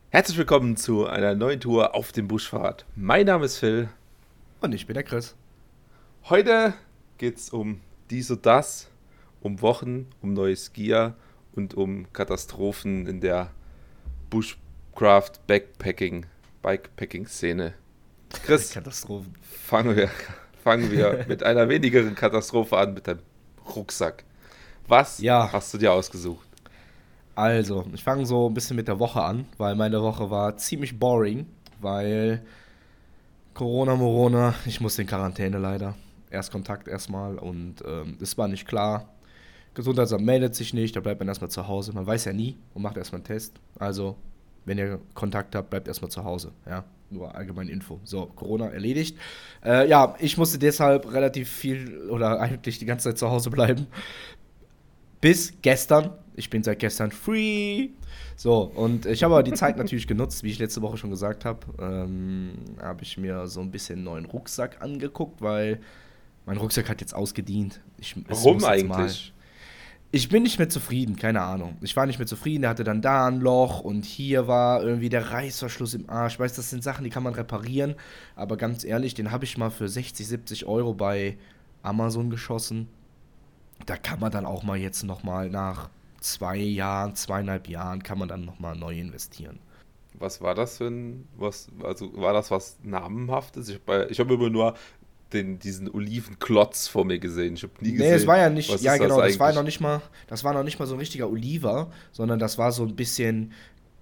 Herzlich willkommen zu einer neuen Tour auf dem Buschfahrt. Mein Name ist Phil. Und ich bin der Chris. Heute geht es um dies und das, um Wochen, um neues Gear und um Katastrophen in der Bushcraft Bikepacking Szene. Chris, Katastrophen. fangen wir, fangen wir mit einer wenigeren Katastrophe an, mit deinem Rucksack. Was Ja, hast du dir ausgesucht? also, ich fange so ein bisschen mit der Woche an, weil meine Woche war ziemlich boring, weil Corona, ich musste in Quarantäne leider. Erstkontakt erstmal und das war nicht klar. Gesundheitsamt meldet sich nicht, da bleibt man erstmal zu Hause. Man weiß ja nie und macht erstmal einen Test. Also, wenn ihr Kontakt habt, bleibt erstmal zu Hause. Ja, nur allgemeine Info. So, Corona erledigt. Ja, ich musste deshalb relativ viel oder eigentlich die ganze Zeit zu Hause bleiben. Bis gestern. Ich bin seit gestern free. So, und ich habe aber die Zeit natürlich genutzt, wie ich letzte Woche schon gesagt habe. Habe ich mir so ein bisschen einen neuen Rucksack angeguckt, weil mein Rucksack hat jetzt ausgedient. Es Warum muss jetzt mal. eigentlich? Ich bin nicht mehr zufrieden, keine Ahnung. Ich war nicht mehr zufrieden, der hatte dann da ein Loch und hier war irgendwie der Reißverschluss im Arsch. Ich weiß, das sind Sachen, die kann man reparieren, aber ganz ehrlich, den habe ich mal für 60, 70 Euro bei Amazon geschossen. Da kann man dann auch mal jetzt nochmal nach 2 Jahren, 2,5 Jahren, kann man dann nochmal neu investieren. Was war das für ein, also war das was Namenhaftes? Ich hab immer nur diesen Olivenklotz vor mir gesehen. Ich habe nie Nee, es gesehen, war ja nicht, was ja ist das genau, eigentlich? das war noch nicht mal so ein richtiger Oliver, sondern das war so ein bisschen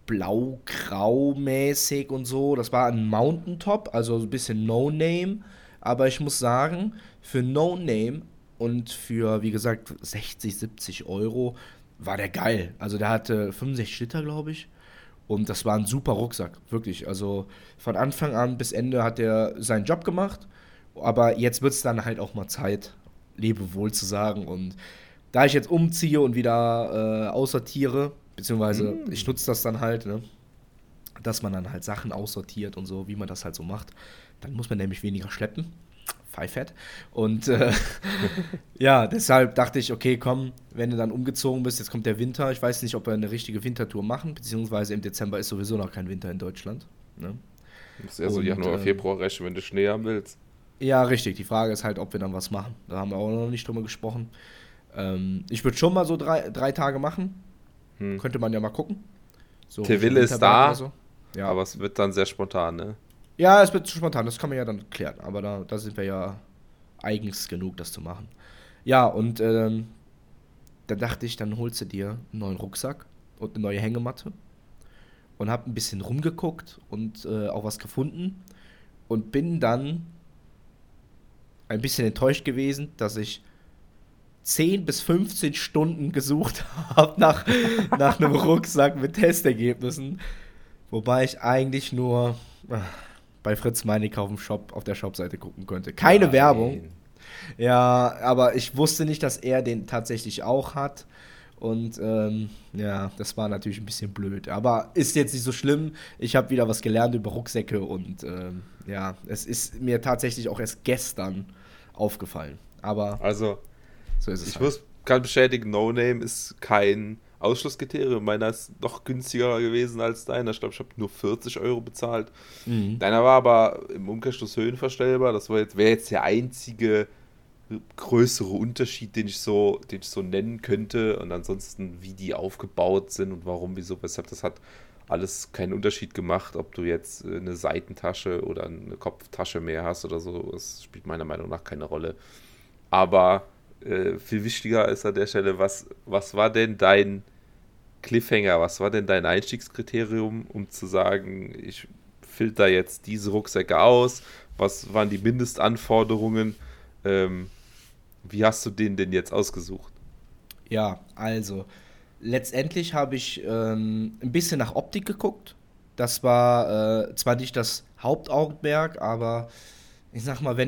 blau-grau-mäßig und so. Das war ein Mountaintop, also so ein bisschen No-Name. Aber ich muss sagen, für No-Name und für, wie gesagt, 60, 70 Euro war der geil. Also der hatte 65 Liter, glaube ich. Und das war ein super Rucksack, wirklich. Also von Anfang an bis Ende hat er seinen Job gemacht. Aber jetzt wird es dann halt auch mal Zeit, Lebewohl zu sagen. Und da ich jetzt umziehe und wieder aussortiere, beziehungsweise ich Hm. nutze das dann halt, ne, dass man dann halt Sachen aussortiert und so, wie man das halt so macht, dann muss man nämlich weniger schleppen. Pfeifett. Und ja, deshalb dachte ich, okay, komm, wenn du dann umgezogen bist, jetzt kommt der Winter. Ich weiß nicht, ob wir eine richtige Wintertour machen, beziehungsweise im Dezember ist sowieso noch kein Winter in Deutschland. Ne? Du musst eher so Und Januar, Februar rechnen, wenn du Schnee haben willst. ja, richtig. Die Frage ist halt, ob wir dann was machen. Da haben wir auch noch nicht drüber gesprochen. Ich würde schon mal so drei Tage machen. Hm. Könnte man ja mal gucken. So Der Richtung Wille ist Winterberg oder da, so. Ja. aber es wird dann sehr spontan, ne? Ja, es wird spontan. Das kann man ja dann klären. Aber da sind wir ja eigens genug, das zu machen. Ja, und dann dachte ich, dann holst du dir einen neuen Rucksack und eine neue Hängematte und hab ein bisschen rumgeguckt und auch was gefunden und bin dann ein bisschen enttäuscht gewesen, dass ich 10 bis 15 Stunden gesucht habe nach einem Rucksack mit Testergebnissen, wobei ich eigentlich nur bei Fritz Meinecke auf dem Shop, auf der Shopseite gucken könnte. Keine Werbung, Nein. ja, aber ich wusste nicht, dass er den tatsächlich auch hat. Und ja, das war natürlich ein bisschen blöd. Aber ist jetzt nicht so schlimm. Ich habe wieder was gelernt über Rucksäcke und ja, es ist mir tatsächlich auch erst gestern aufgefallen. Aber Also, so ist es ich halt. kann bestätigen, No Name ist kein Ausschlusskriterium. Meiner ist noch günstiger gewesen als deiner. Ich glaube, ich habe nur 40 Euro bezahlt. Mhm. Deiner war aber im Umkehrschluss höhenverstellbar. Wäre jetzt der einzige größere Unterschied, den ich so nennen könnte. Und ansonsten, wie die aufgebaut sind und warum, wieso, weshalb, das hat alles keinen Unterschied gemacht, ob du jetzt eine Seitentasche oder eine Kopftasche mehr hast oder so. Das spielt meiner Meinung nach keine Rolle. Aber viel wichtiger ist an der Stelle, was war denn dein Cliffhanger? Was war denn dein Einstiegskriterium, um zu sagen, ich filter jetzt diese Rucksäcke aus? Was waren die Mindestanforderungen? Ähm, Wie hast du den denn jetzt ausgesucht? Ja, also, letztendlich habe ich ein bisschen nach Optik geguckt. Das war zwar nicht das Hauptaugenmerk, aber ich sag mal,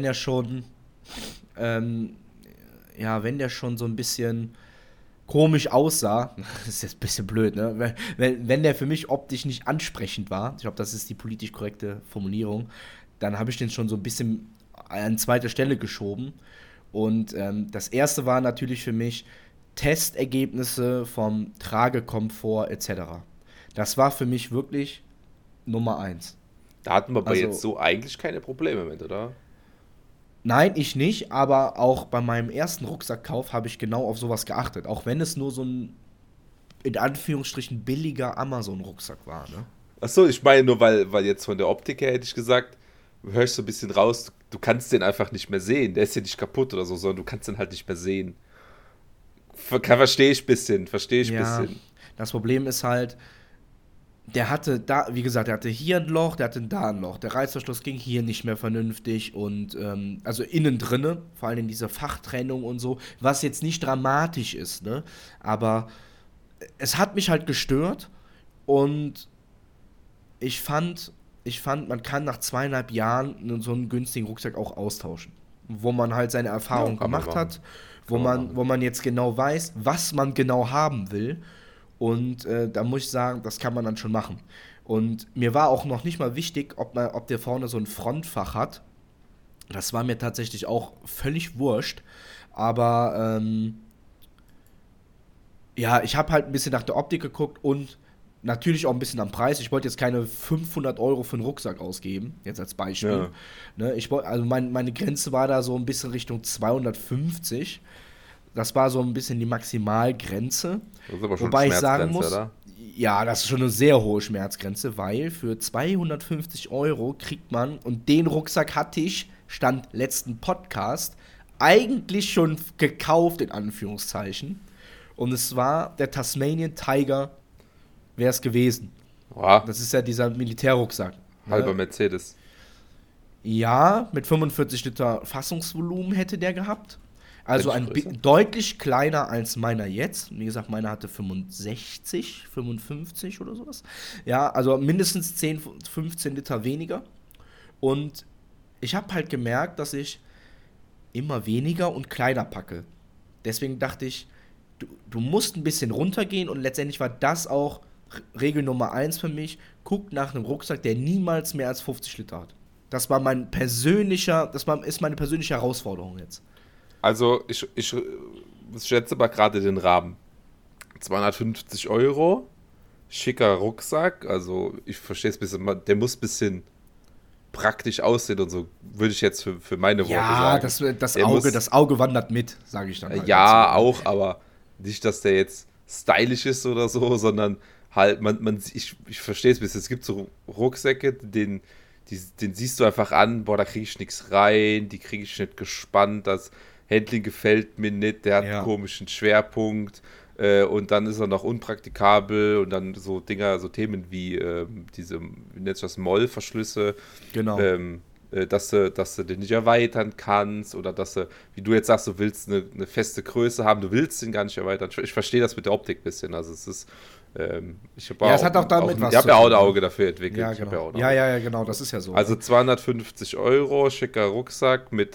ähm, wenn der schon so ein bisschen komisch aussah, das ist jetzt ein bisschen blöd, ne? Wenn der für mich optisch nicht ansprechend war, ich glaube, das ist die politisch korrekte Formulierung, dann habe ich den schon so ein bisschen an zweite Stelle geschoben. Und das erste war natürlich für mich Testergebnisse vom Tragekomfort etc. Das war für mich wirklich Nummer 1. Da hatten wir aber Also, jetzt so eigentlich keine Probleme mit, oder? nein, ich nicht, aber auch bei meinem ersten Rucksackkauf habe ich genau auf sowas geachtet. Auch wenn es nur so ein, in Anführungsstrichen, billiger Amazon-Rucksack war, ne? Achso, ich meine nur, weil jetzt von der Optik her hätte ich gesagt, höre ich so ein bisschen raus, du kannst den einfach nicht mehr sehen. Der ist ja nicht kaputt oder so, sondern du kannst den halt nicht mehr sehen. Verstehe ich ein bisschen, verstehe ich ein Ja, bisschen. das Problem ist halt, der hatte da, wie gesagt, der hatte hier ein Loch, der hatte da ein Loch. Der Reißverschluss ging hier nicht mehr vernünftig und also innen drinne, vor allem in dieser Fachtrennung und so, was jetzt nicht dramatisch ist, ne? Aber es hat mich halt gestört und ich fand, man kann nach 2,5 Jahren so einen günstigen Rucksack auch austauschen, wo man halt seine Ja, Erfahrung kann man gemacht machen. hat, Kann man machen. wo man jetzt genau weiß, was man genau haben will. Und da muss ich sagen, das kann man dann schon machen. Und mir war auch noch nicht mal wichtig, ob der vorne so ein Frontfach hat. Das war mir tatsächlich auch völlig wurscht. Aber ja, ich habe halt ein bisschen nach der Optik geguckt und natürlich auch ein bisschen am Preis. Ich wollte jetzt keine 500 € für einen Rucksack ausgeben, jetzt als Beispiel. Ja, Ne, also meine Grenze war da so ein bisschen Richtung 250. Das war so ein bisschen die Maximalgrenze. das ist aber schon Wobei ich sagen Schmerzgrenze, muss, oder? ja, das ist schon eine sehr hohe Schmerzgrenze, weil für 250 € kriegt man, und den Rucksack hatte ich, stand letzten Podcast, eigentlich schon gekauft, in Anführungszeichen. Und es war der Tasmanian Tiger, wäre es gewesen. Oha, Das ist ja dieser Militärrucksack. halber Ne? Mercedes. Ja, mit 45 Liter Fassungsvolumen hätte der gehabt. Also Welche Größe? deutlich kleiner als meiner jetzt. Wie gesagt, meiner hatte 65, 55 oder sowas. Ja, also mindestens 10, 15 Liter weniger. Und ich habe halt gemerkt, dass ich immer weniger und kleiner packe. Deswegen dachte ich, du musst ein bisschen runtergehen, und letztendlich war das auch Regel Nummer 1 für mich. Guck nach einem Rucksack, der niemals mehr als 50 Liter hat. Ist meine persönliche Herausforderung jetzt. Also, ich schätze mal gerade den Rahmen. 250 €, schicker Rucksack, also ich verstehe es ein bisschen, der muss ein bisschen praktisch aussehen und so, würde ich jetzt für meine Worte Ja, sagen. Der muss, das Auge wandert mit, sage ich dann halt dazu. ja, Ne? auch, aber nicht, dass der jetzt stylisch ist oder so, sondern halt, ich verstehe es ein bisschen. Es gibt so Rucksäcke, den siehst du einfach an, boah, da kriege ich nichts rein, die kriege ich nicht gespannt, das Handling gefällt mir nicht, der hat einen Ja, komischen Schwerpunkt, und dann ist er noch unpraktikabel und dann so Dinger, so Themen wie diese, wie nennt sich das, Mollverschlüsse, genau. dass du den nicht erweitern kannst oder dass du, wie du jetzt sagst, du willst eine feste Größe haben, du willst den gar nicht erweitern. Ich verstehe das mit der Optik ein bisschen. Also es ist, ich habe Ja, es hat auch damit was ich habe zu ja auch ein tun. Ne? Auge dafür entwickelt. Ja, Ich habe ja genau. auch ein Ja, Auge. ja, ja, genau, das ist ja so. Also Ne? 250 €, schicker Rucksack mit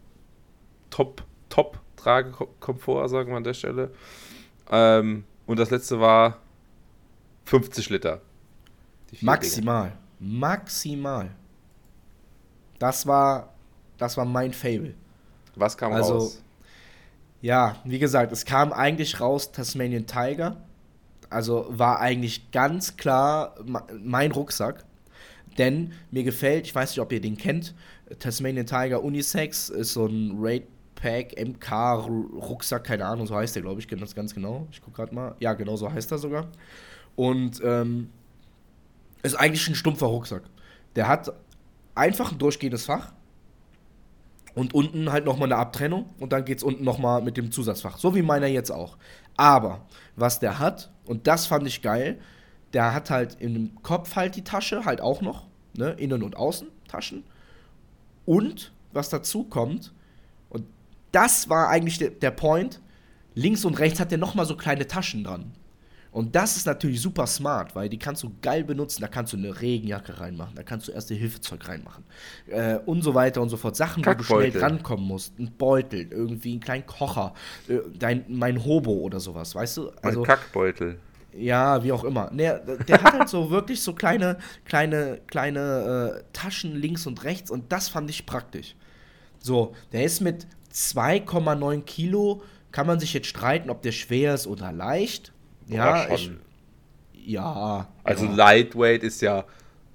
Top-Tragekomfort, sagen wir an der Stelle. Und das letzte war 50 Liter. Die 4 Dinge. Maximal. Maximal. Das war, das war mein Fable. Was kam Also, raus? ja, wie gesagt, es kam eigentlich raus Tasmanian Tiger. Also war eigentlich ganz klar mein Rucksack. Denn mir gefällt, ich weiß nicht, ob ihr den kennt, Tasmanian Tiger Unisex ist so ein Raid Pack MK Rucksack, keine Ahnung, so heißt der, glaube ich, ganz genau. Ich gucke gerade mal. Ja, genau so heißt er sogar. Und ist eigentlich ein stumpfer Rucksack. Der hat einfach ein durchgehendes Fach und unten halt nochmal eine Abtrennung und dann geht's unten nochmal mit dem Zusatzfach. So wie meiner jetzt auch. Aber was der hat, und das fand ich geil, der hat halt im Kopf halt die Tasche, halt auch noch, ne, Innen- und Außentaschen. Und was dazu kommt, und das war eigentlich der Point, links und rechts hat der nochmal so kleine Taschen dran. Und das ist natürlich super smart, weil die kannst du geil benutzen. Da kannst du eine Regenjacke reinmachen, da kannst du Erste-Hilfe-Zeug reinmachen. Und so weiter und so fort. Sachen, wo du schnell Kackbeutel. drankommen musst. Ein Beutel, irgendwie einen kleinen Kocher, mein Hobo oder sowas, weißt du? Mein Also, Kackbeutel. ja, wie auch immer. Der hat halt so wirklich so kleine Taschen links und rechts, und das fand ich praktisch. So, der ist mit 2,9 Kilo, kann man sich jetzt streiten, ob der schwer ist oder leicht. Boah, Ja, schon. ja, Also ja. Lightweight ist ja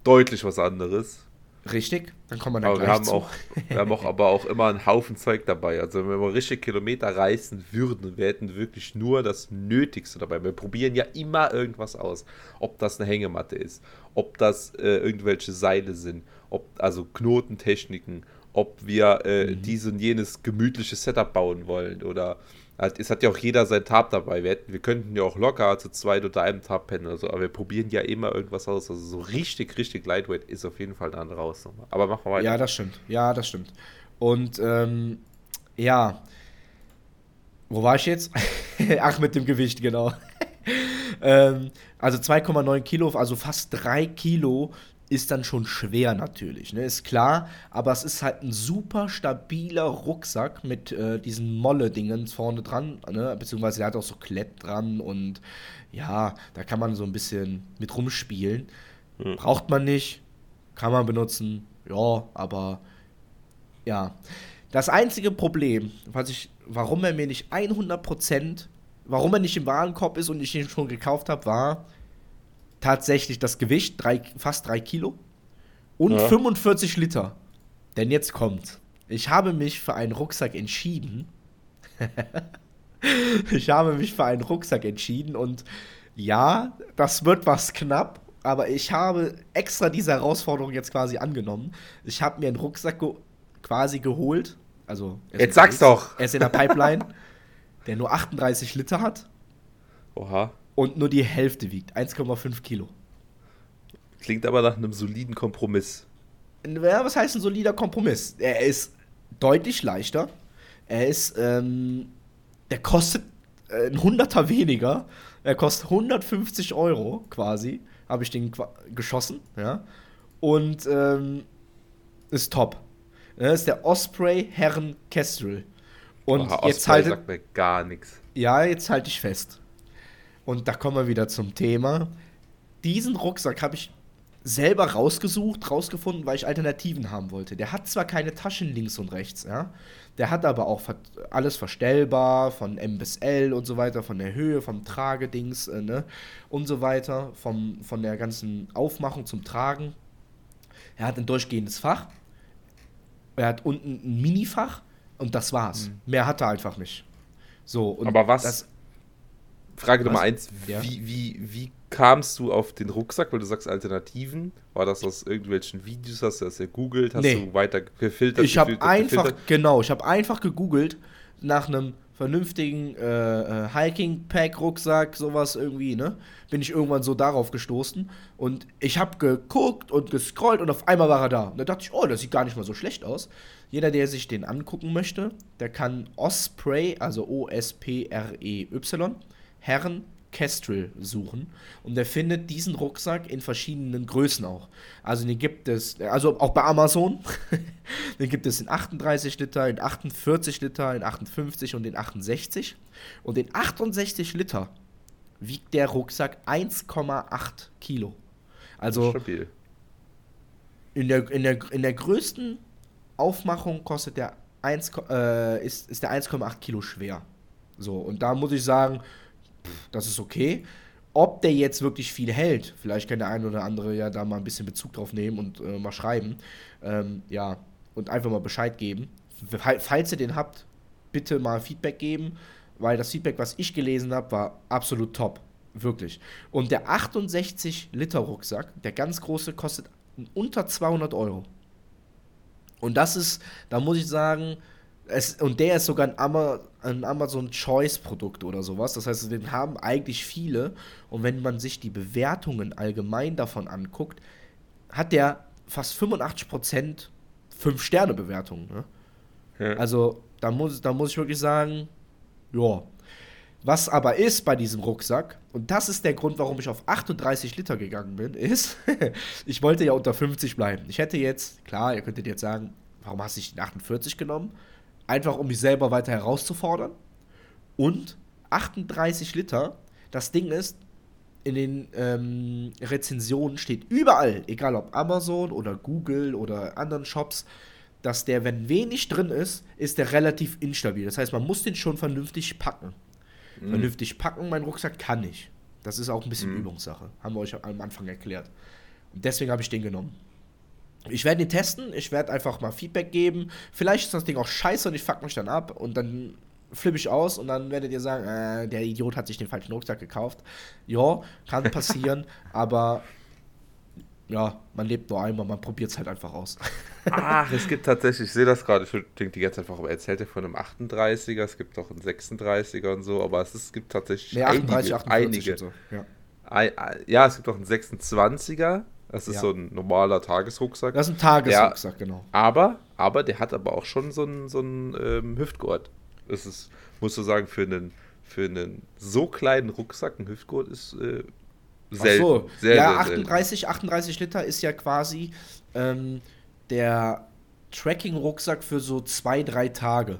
deutlich was anderes. Richtig, dann kommen wir dann Aber wir gleich haben zu. auch, wir haben auch aber auch immer einen Haufen Zeug dabei. Also wenn wir richtig Kilometer reisen würden und wir hätten wirklich nur das Nötigste dabei. Wir probieren ja immer irgendwas aus. Ob das eine Hängematte ist, ob das irgendwelche Seile sind, also Knotentechniken, ob wir dies und jenes gemütliche Setup bauen wollen oder es hat ja auch jeder sein Tarp dabei. Wir könnten ja auch locker zu zweit unter einem Tarp pennen oder so, aber wir probieren ja immer irgendwas aus. Also so richtig, richtig Lightweight ist auf jeden Fall eine andere Hausnummer. Aber machen wir weiter. Ja, das stimmt. Ja, das stimmt. Und ja, wo war ich jetzt? Ach, mit dem Gewicht, genau. Also 2,9 Kilo, also fast 3 Kilo ist dann schon schwer natürlich, ne? Ist klar, aber es ist halt ein super stabiler Rucksack mit diesen Molle-Dingen vorne dran, ne? Beziehungsweise der hat auch so Klett dran und ja, da kann man so ein bisschen mit rumspielen. Braucht man nicht, kann man benutzen, ja, aber ja. Das einzige Problem, warum er mir nicht 100%, warum er nicht im Warenkorb ist und ich ihn schon gekauft habe, war tatsächlich das Gewicht, fast 3 Kilo und Ja. 45 Liter. Denn jetzt kommt. Ich habe mich für einen Rucksack entschieden. Ich habe mich für einen Rucksack entschieden und ja, das wird was knapp, aber ich habe extra diese Herausforderung jetzt quasi angenommen. Ich habe mir einen Rucksack quasi geholt. Also, Jetzt sag's doch! Er ist in der Pipeline, der nur 38 Liter hat Oha. und nur die Hälfte wiegt. 1,5 Kilo. Klingt aber nach einem soliden Kompromiss. Ja, was heißt ein solider Kompromiss? Er ist deutlich leichter. Er ist, der kostet ein Hunderter weniger. Er kostet 150 Euro quasi. Habe ich den geschossen, ja. Und ist top. Das ist der Osprey Herren Kestrel. Und Oha, jetzt Osprey halte sagt mir gar nichts. ja, jetzt halte ich fest. Und da kommen wir wieder zum Thema. Diesen Rucksack habe ich selber rausgefunden, weil ich Alternativen haben wollte. Der hat zwar keine Taschen links und rechts, ja. Der hat aber auch alles verstellbar, von M bis L und so weiter, von der Höhe, vom Tragedings, ne, und so weiter, von der ganzen Aufmachung zum Tragen. Er hat ein durchgehendes Fach. Er hat unten ein Minifach und das war's. Mehr hat er einfach nicht. So, und Aber was? das, Frage Nummer was? 1. Ja. Wie kamst du auf den Rucksack? Weil du sagst Alternativen. War das aus irgendwelchen Videos? Hast du das gegoogelt? Hast Nee. du weiter gefiltert? Ich habe gefiltert, einfach, gefiltert? genau, ich habe einfach gegoogelt nach einem vernünftigen Hiking-Pack-Rucksack, sowas irgendwie, ne? Bin ich irgendwann so darauf gestoßen. Und ich habe geguckt und gescrollt und auf einmal war er da. Und da dachte ich, oh, das sieht gar nicht mal so schlecht aus. Jeder, der sich den angucken möchte, der kann Osprey, also Osprey, Herren Kestrel suchen. Und der findet diesen Rucksack in verschiedenen Größen auch. Also den gibt es, also auch bei Amazon. Den gibt es in 38 Liter, in 48 Liter, in 58 und in 68. Und in 68 Liter wiegt der Rucksack 1,8 Kilo. Also Stabil. in der größten Aufmachung kostet der ist der 1,8 Kilo schwer. So, und da muss ich sagen, das ist okay. Ob der jetzt wirklich viel hält, vielleicht kann der eine oder andere ja da mal ein bisschen Bezug drauf nehmen und mal schreiben. Ja, und einfach mal Bescheid geben. Falls ihr den habt, bitte mal Feedback geben, weil das Feedback, was ich gelesen habe, war absolut top. Wirklich. Und der 68 Liter Rucksack, der ganz große, kostet unter 200 Euro. Und das ist, da muss ich sagen, und der ist sogar ein Amazon Choice Produkt oder sowas. Das heißt, den haben eigentlich viele. Und wenn man sich die Bewertungen allgemein davon anguckt, hat der fast 85% 5-Sterne-Bewertungen. Ne? Ja. Also, da muss ich wirklich sagen, ja. Was aber ist bei diesem Rucksack, und das ist der Grund, warum ich auf 38 Liter gegangen bin, ist, ich wollte ja unter 50 bleiben. Ich hätte jetzt, klar, ihr könntet jetzt sagen, warum hast du nicht den 48 genommen? Einfach, um mich selber weiter herauszufordern. Und 38 Liter, das Ding ist, in den Rezensionen steht überall, egal ob Amazon oder Google oder anderen Shops, dass der, wenn wenig drin ist, ist der relativ instabil. Das heißt, man muss den schon vernünftig packen. Vernünftig packen, mein Rucksack kann ich. Das ist auch ein bisschen Übungssache. Haben wir euch am Anfang erklärt. Deswegen habe ich den genommen. Ich werde ihn testen, ich werde einfach mal Feedback geben. Vielleicht ist das Ding auch scheiße und ich fuck mich dann ab und dann flippe ich aus und dann werdet ihr sagen, der Idiot hat sich den falschen Rucksack gekauft. Ja, kann passieren, aber ja, man lebt nur einmal, man probiert es halt einfach aus. Ach, es gibt tatsächlich, ich sehe das gerade, ich denke die ganze Zeit, warum erzählt er von einem 38er, es gibt auch einen 36er und so, aber es gibt tatsächlich Ne, 38, 48 einige. und so. Ja. Ja, es gibt auch einen 26er, das ist Ja. so ein normaler Tagesrucksack. Das ist ein Der, Tagesrucksack, genau. aber der hat aber auch schon so einen Hüftgurt. Das ist, musst du sagen, für einen so kleinen Rucksack, ein Hüftgurt ist Ach so, sehr, ja, sehr selten. 38 Liter ist ja quasi ähm, der Tracking-Rucksack für so 2, 3 Tage.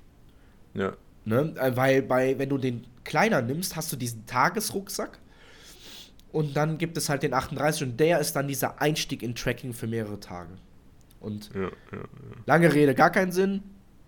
Ja, Ne? Wenn du den kleiner nimmst, hast du diesen Tagesrucksack und dann gibt es halt den 38 und der ist dann dieser Einstieg in Tracking für mehrere Tage. Und ja, ja. lange Rede, gar keinen Sinn.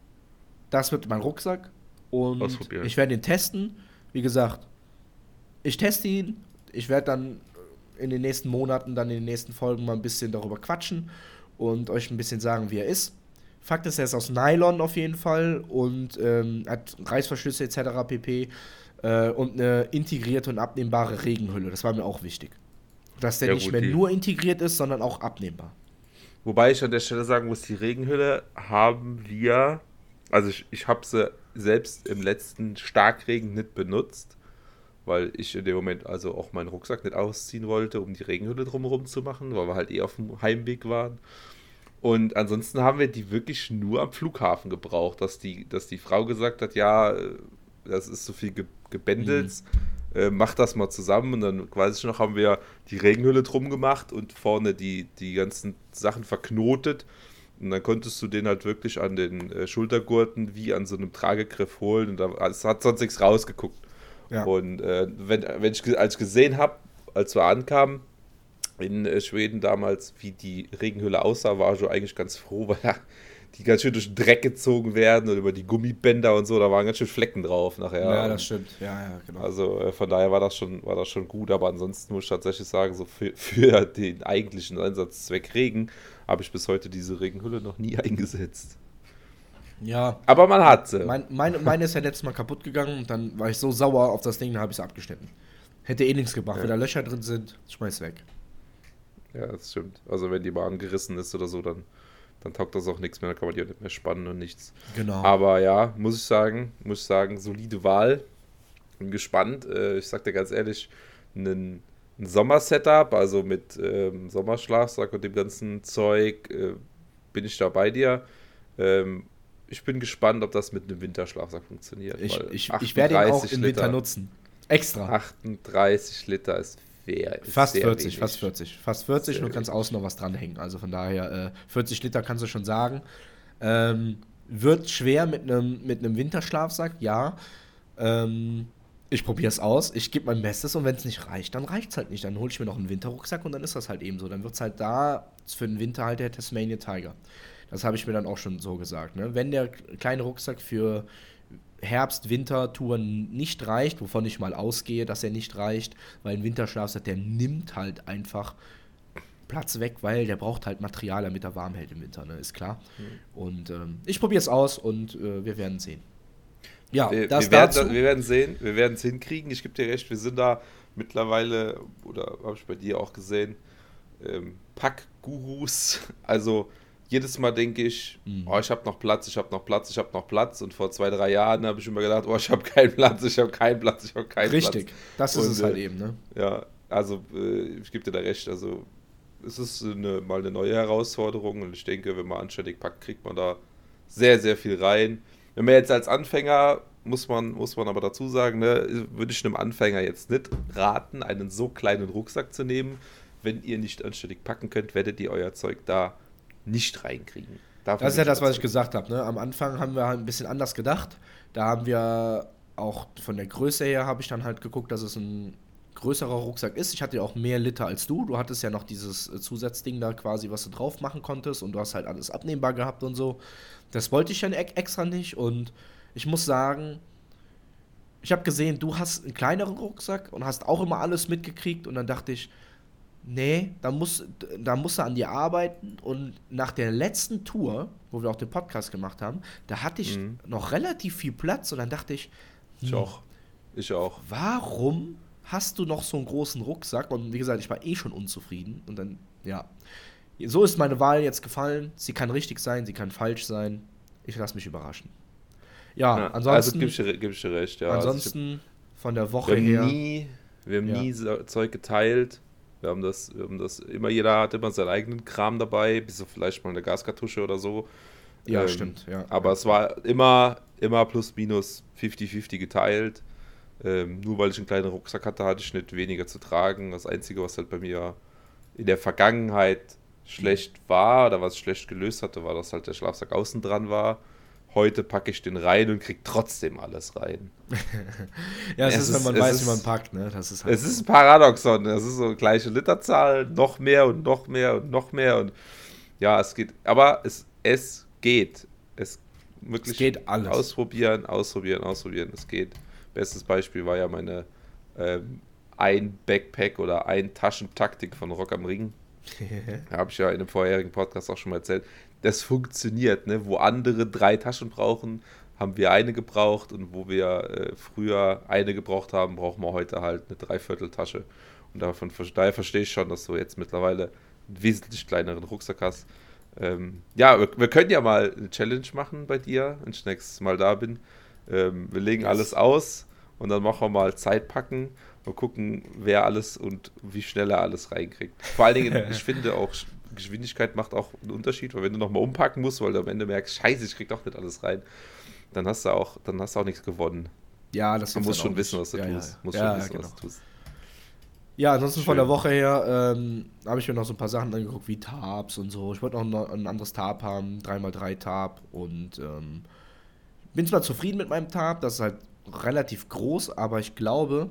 Das wird mein Rucksack und Ausprobieren. ich werde ihn testen. Wie gesagt, ich teste ihn. Ich werde dann in den nächsten Monaten, dann in den nächsten Folgen mal ein bisschen darüber quatschen und euch ein bisschen sagen, wie er ist. Fakt ist, er ist aus Nylon auf jeden Fall und hat Reißverschlüsse etc. pp. Und eine integrierte und abnehmbare Regenhülle. Das war mir auch wichtig. Dass der Ja nicht gut, mehr die. nur integriert ist, sondern auch abnehmbar. Wobei ich an der Stelle sagen muss, die Regenhülle haben wir, also ich habe sie selbst im letzten Starkregen nicht benutzt, weil ich in dem Moment also auch meinen Rucksack nicht ausziehen wollte, um die Regenhülle drumherum zu machen, weil wir halt eh auf dem Heimweg waren. Und ansonsten haben wir die wirklich nur am Flughafen gebraucht, dass die Frau gesagt hat, ja, das ist so viel Mhm. Gebändels, mach das mal zusammen. Und dann, weiß ich noch, haben wir die Regenhülle drum gemacht und vorne die ganzen Sachen verknotet. Und dann konntest du den halt wirklich an den Schultergurten wie an so einem Tragegriff holen. Und es hat sonst nichts rausgeguckt. Ja. Und als ich gesehen habe, als wir ankamen, in Schweden damals, wie die Regenhülle aussah, war ich schon eigentlich ganz froh, weil ja, die ganz schön durch den Dreck gezogen werden und über die Gummibänder und so, da waren ganz schön Flecken drauf nachher. Ja, das Und stimmt. Ja, ja, genau. also von daher war das schon gut, aber ansonsten muss ich tatsächlich sagen, so für den eigentlichen Einsatzzweck Regen habe ich bis heute diese Regenhülle noch nie eingesetzt. Ja, Aber man hat sie. meine ist ja letztes Mal kaputt gegangen und dann war ich so sauer auf das Ding, dann habe ich es abgeschnitten. Hätte eh nichts gebracht. Ja, Wenn da Löcher drin sind, schmeiß weg. ja, das stimmt. Also wenn die Bahn gerissen ist oder so, dann taugt das auch nichts mehr, dann kann man die auch nicht mehr spannen und nichts. Genau. Aber ja, muss ich sagen, solide Wahl. Bin gespannt. Ich sag dir ganz ehrlich, ein Sommer-Setup, also mit Sommerschlafsack und dem ganzen Zeug, bin ich da bei dir. Ähm, ich bin gespannt, ob das mit einem Winterschlafsack funktioniert, weil Ich werde ihn auch 38 im Winter Liter, nutzen. Extra. 38 Liter ist Fast sehr 40, fast wenig. 40. Fast 40 und Sehr du kannst wenig. außen noch was dranhängen. Also von daher, 40 Liter kannst du schon sagen. Wird schwer mit einem Winterschlafsack, ja. Ähm, ich probiere es aus, ich gebe mein Bestes und wenn es nicht reicht, dann reicht es halt nicht. Dann hole ich mir noch einen Winterrucksack und dann ist das halt eben so. Dann wird es halt da für den Winter halt der Tasmanian Tiger. Das habe ich mir dann auch schon so gesagt. Ne? Wenn der kleine Rucksack für Herbst-Winter-Touren nicht reicht, wovon ich mal ausgehe, dass er nicht reicht, weil ein Winterschlafsack, der nimmt halt einfach Platz weg, weil der braucht halt Material, damit er warm hält im Winter, ne? Ist klar. Und ich probiere es aus und wir werden sehen. Ja, Wir, das wir, werden, dazu. wir werden sehen, wir werden es hinkriegen. Ich gebe dir recht, wir sind da mittlerweile, oder habe ich bei dir auch gesehen, Packgurus. Also jedes Mal denke ich, Mhm. oh, ich habe noch Platz, ich habe noch Platz, ich habe noch Platz. Und vor 2, 3 Jahren habe ich immer gedacht, oh, ich habe keinen Platz, ich habe keinen Platz, ich habe keinen Platz. Richtig, das ist Und es halt eben, ne? ja, also ich gebe dir da recht. Also es ist mal eine neue Herausforderung und ich denke, wenn man anständig packt, kriegt man da sehr, sehr viel rein. Wenn man jetzt als Anfänger, muss man aber dazu sagen, ne, würde ich einem Anfänger jetzt nicht raten, einen so kleinen Rucksack zu nehmen. Wenn ihr nicht anständig packen könnt, werdet ihr euer Zeug da nicht reinkriegen. Davon Das ist bin ja ich das, was ich überzeugt. gesagt habe, ne? Am Anfang haben wir halt ein bisschen anders gedacht. Da haben wir auch von der Größe her habe ich dann halt geguckt, dass es ein größerer Rucksack ist. Ich hatte ja auch mehr Liter als du. Du hattest ja noch dieses Zusatzding da quasi, was du drauf machen konntest und du hast halt alles abnehmbar gehabt und so. Das wollte ich dann extra nicht und ich muss sagen, ich habe gesehen, du hast einen kleineren Rucksack und hast auch immer alles mitgekriegt und dann dachte ich, Nee, da musst du an dir arbeiten und nach der letzten Tour, wo wir auch den Podcast gemacht haben, da hatte ich Mhm. noch relativ viel Platz und dann dachte ich, Ich auch. Ich auch. warum hast du noch so einen großen Rucksack? Und wie gesagt, ich war eh schon unzufrieden und dann, ja. So ist meine Wahl jetzt gefallen. Sie kann richtig sein, sie kann falsch sein. Ich lasse mich überraschen. Ja, Ja, also ansonsten, geb ich dir recht, ja. Also ansonsten von der wir Woche haben her, nie, wir haben ja, nie so Zeug geteilt. Wir haben das immer, jeder hat immer seinen eigenen Kram dabei, bis auf vielleicht mal eine Gaskartusche oder so. ja, Ähm, stimmt, ja, aber ja, es ja. war immer plus minus 50-50 geteilt. Nur weil ich einen kleinen Rucksack hatte, hatte ich nicht weniger zu tragen. Das Einzige, was halt bei mir in der Vergangenheit schlecht war oder was ich schlecht gelöst hatte, war, dass halt der Schlafsack außen dran war. Heute packe ich den rein und krieg trotzdem alles rein. Ja, es ist, wenn man Es weiß, wie man ist, packt, ne? Das ist halt es ist so. ein Paradoxon. Es ist so gleiche Literzahl, noch mehr und noch mehr und noch mehr. Und ja, es geht. Aber es geht. Es Es wirklich geht alles. ausprobieren, ausprobieren, ausprobieren. Es geht. Bestes Beispiel war ja meine ein Backpack oder ein Taschentaktik von Rock am Ring. Habe ich ja in einem vorherigen Podcast auch schon mal erzählt. Das funktioniert, ne? Wo andere 3 Taschen brauchen, haben wir eine gebraucht und wo wir früher eine gebraucht haben, brauchen wir heute halt eine Dreivierteltasche. Und daher verstehe ich schon, dass du jetzt mittlerweile einen wesentlich kleineren Rucksack hast. Ja, wir können ja mal eine Challenge machen bei dir, wenn ich nächstes Mal da bin. Wir legen alles Yes. aus und dann machen wir mal Zeit packen und gucken, wer alles und wie schnell er alles reinkriegt. Vor allen Dingen, ich finde auch, Geschwindigkeit macht auch einen Unterschied, weil wenn du nochmal umpacken musst, weil du am Ende merkst, scheiße, ich krieg doch nicht alles rein, dann hast du auch nichts gewonnen. Ja, das Man hilft muss dann auch schon wissen, nicht. was du Ja, ja, tust. Muss schon ja, ja, wissen, genau. was du tust. Ja, ansonsten von der Schön. Woche her habe ich mir noch so ein paar Sachen angeguckt, wie Tarps und so. Ich wollte noch ein anderes Tarp haben, 3x3 Tarp und bin zwar zufrieden mit meinem Tarp, das ist halt relativ groß, aber ich glaube,